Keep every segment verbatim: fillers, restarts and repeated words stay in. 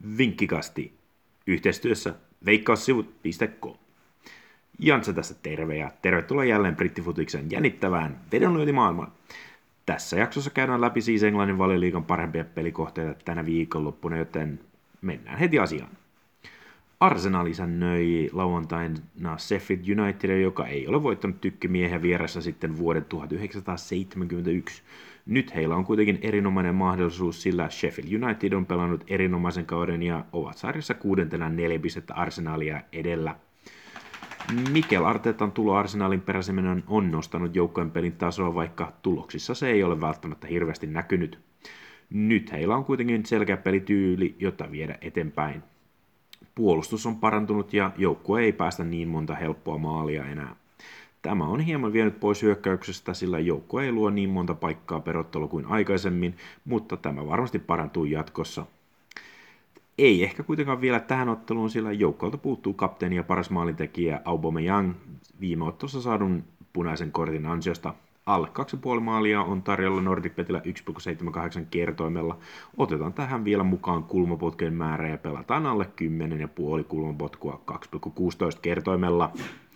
Vinkkikasti yhteistyössä veikkaussivut piste com. Jantsa tässä terve ja tervetuloa jälleen brittifutiksen jännittävään vedonlyöntimaailmaan. Tässä jaksossa käydään läpi siis Englannin Valioliigan parempia pelikohteita tänä viikonloppuna, joten mennään heti asiaan. Arsenal isännöi lauantaina Sheffield United, joka ei ole voittanut tykkimiehen vieressä sitten vuoden tuhatyhdeksänsataaseitsemänkymmentäyksi. Nyt heillä on kuitenkin erinomainen mahdollisuus, sillä Sheffield United on pelannut erinomaisen kauden ja ovat sarjassa kuudentena neljä pistettä Arsenalia edellä. Mikel Artetan tulo Arsenalin peräseminen on nostanut joukkojen pelin tasoa, vaikka tuloksissa se ei ole välttämättä hirveästi näkynyt. Nyt heillä on kuitenkin selkeä pelityyli, jota viedä eteenpäin. Puolustus on parantunut ja joukkue ei päästä niin monta helppoa maalia enää. Tämä on hieman vienyt pois hyökkäyksestä, sillä joukkue ei luo niin monta paikkaa per ottelu kuin aikaisemmin, mutta tämä varmasti parantuu jatkossa. Ei ehkä kuitenkaan vielä tähän otteluun, sillä joukkueelta puuttuu kapteeni ja paras maalintekijä Aubameyang viime ottelussa saadun punaisen kortin ansiosta. Alle kaksi pilkku viisi maalia on tarjolla NordicBetillä yksi pilkku seitsemänkymmentäkahdeksan kertoimella. Otetaan tähän vielä mukaan kulmapotkujen määrä ja pelataan alle kymmenen pilkku viisi kulmapotkua kaksi pilkku kuusitoista kertoimella.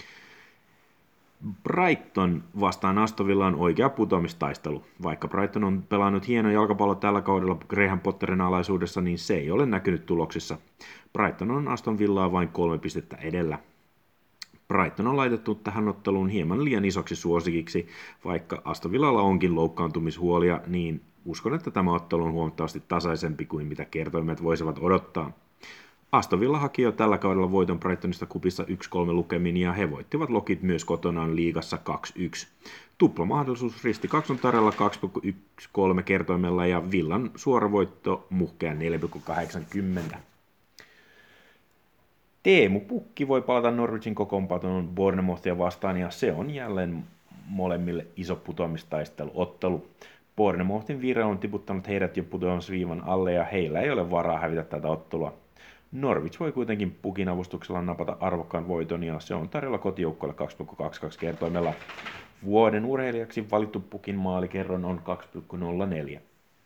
Brighton vastaan Aston Villa on oikea putoamistaistelu. Vaikka Brighton on pelannut hieno jalkapallo tällä kaudella Graham Potterin alaisuudessa, niin se ei ole näkynyt tuloksissa. Brighton on Aston Villaa vain kolme pistettä edellä. Brighton on laitettu tähän otteluun hieman liian isoksi suosikiksi, vaikka Aston Villalla onkin loukkaantumishuolia, niin uskon, että tämä ottelu on huomattavasti tasaisempi kuin mitä kertoimet voisivat odottaa. Aston Villa haki jo tällä kaudella voiton Brightonista kupissa yksi kolme lukemin ja he voittivat Lokit myös kotonaan liigassa kaksi yksi. Tuplamahdollisuus risti kaksi on tarjolla kaksi pilkku kolmetoista kertoimella ja Villan suora voitto muhkea neljä pilkku kahdeksankymmentä. Teemu Pukki voi palata Norwichin kokoonpanoon Bournemouthia vastaan ja se on jälleen molemmille iso putoamistaisteluottelu. Bournemouthin vire on tiputtanut heidät jo putoamisviivan alle ja heillä ei ole varaa hävitä tätä ottelua. Norwich voi kuitenkin Pukin avustuksella napata arvokkaan voiton ja se on tarjolla kotijoukkoille kaksi pilkku kaksikymmentäkaksi kertoimella. Vuoden urheilijaksi valittu Pukin maalikerron on kaksi pilkku nolla neljä.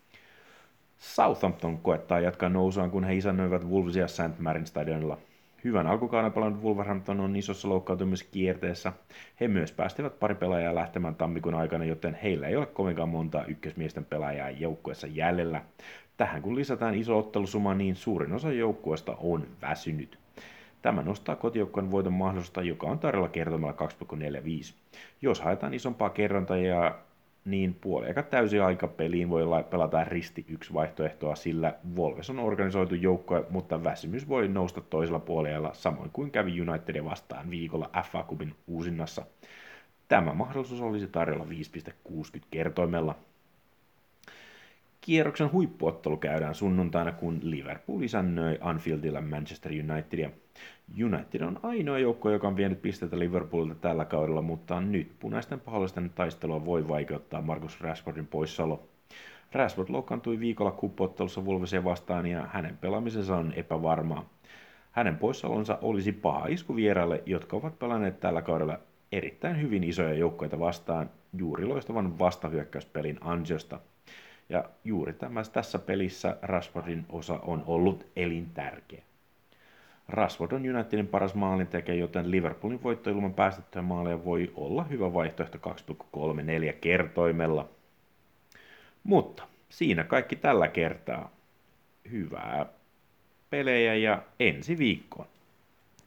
Southampton koettaa jatkaa nousuaan, kun he isännöivät Wolvesia Saint Marin stadionilla. Hyvän alkukauden pelannut Wolverhampton on isossa loukkaantumiskierteessä. He myös päästivät pari pelaajaa lähtemään tammikuun aikana, joten heillä ei ole kovinkaan montaa ykkösmiesten pelaajaa joukkueessa jäljellä. Tähän kun lisätään iso ottelusuma, niin suurin osa joukkueesta on väsynyt. Tämä nostaa kotijoukkueen voiton mahdollisuutta, joka on tarjolla kertomalla kaksi pilkku neljäkymmentäviisi. Jos haetaan isompaa kerrontajaa, niin puoliaika täysi aika peliin voi pelata risti yksi vaihtoehtoa, sillä Wolves on organisoitu joukkue, mutta väsymys voi nousta toisella puoliajalla, samoin kuin kävi Unitedia vastaan viikolla F A Cupin uusinnassa. Tämä mahdollisuus olisi tarjolla viisi pilkku kuusikymmentä kertoimella. Kierroksen huippuottelu käydään sunnuntaina, kun Liverpool isännöi Anfieldilla Manchester Unitedia. United on ainoa joukko, joka on vienyt pisteitä Liverpoolilta tällä kaudella, mutta nyt punaisten pahallisten taistelua voi vaikeuttaa Marcus Rashfordin poissaolo. Rashford loukkaantui viikolla kuppuottelussa Wolvesia vastaan ja hänen pelaamisensa on epävarmaa. Hänen poissaolonsa olisi paha isku vieraille, jotka ovat pelanneet tällä kaudella erittäin hyvin isoja joukkoita vastaan juuri loistavan vastahyökkäyspelin ansiosta. Ja juuri tämä, tässä pelissä Rashfordin osa on ollut elintärkeä. Rashford on Unitedin paras maalintekijä, joten Liverpoolin voitto ilman päästettyjä maaleja voi olla hyvä vaihtoehto kaksi pilkku kolmekymmentäneljä kertoimella. Mutta siinä kaikki tällä kertaa. Hyvää pelejä ja ensi viikkoon.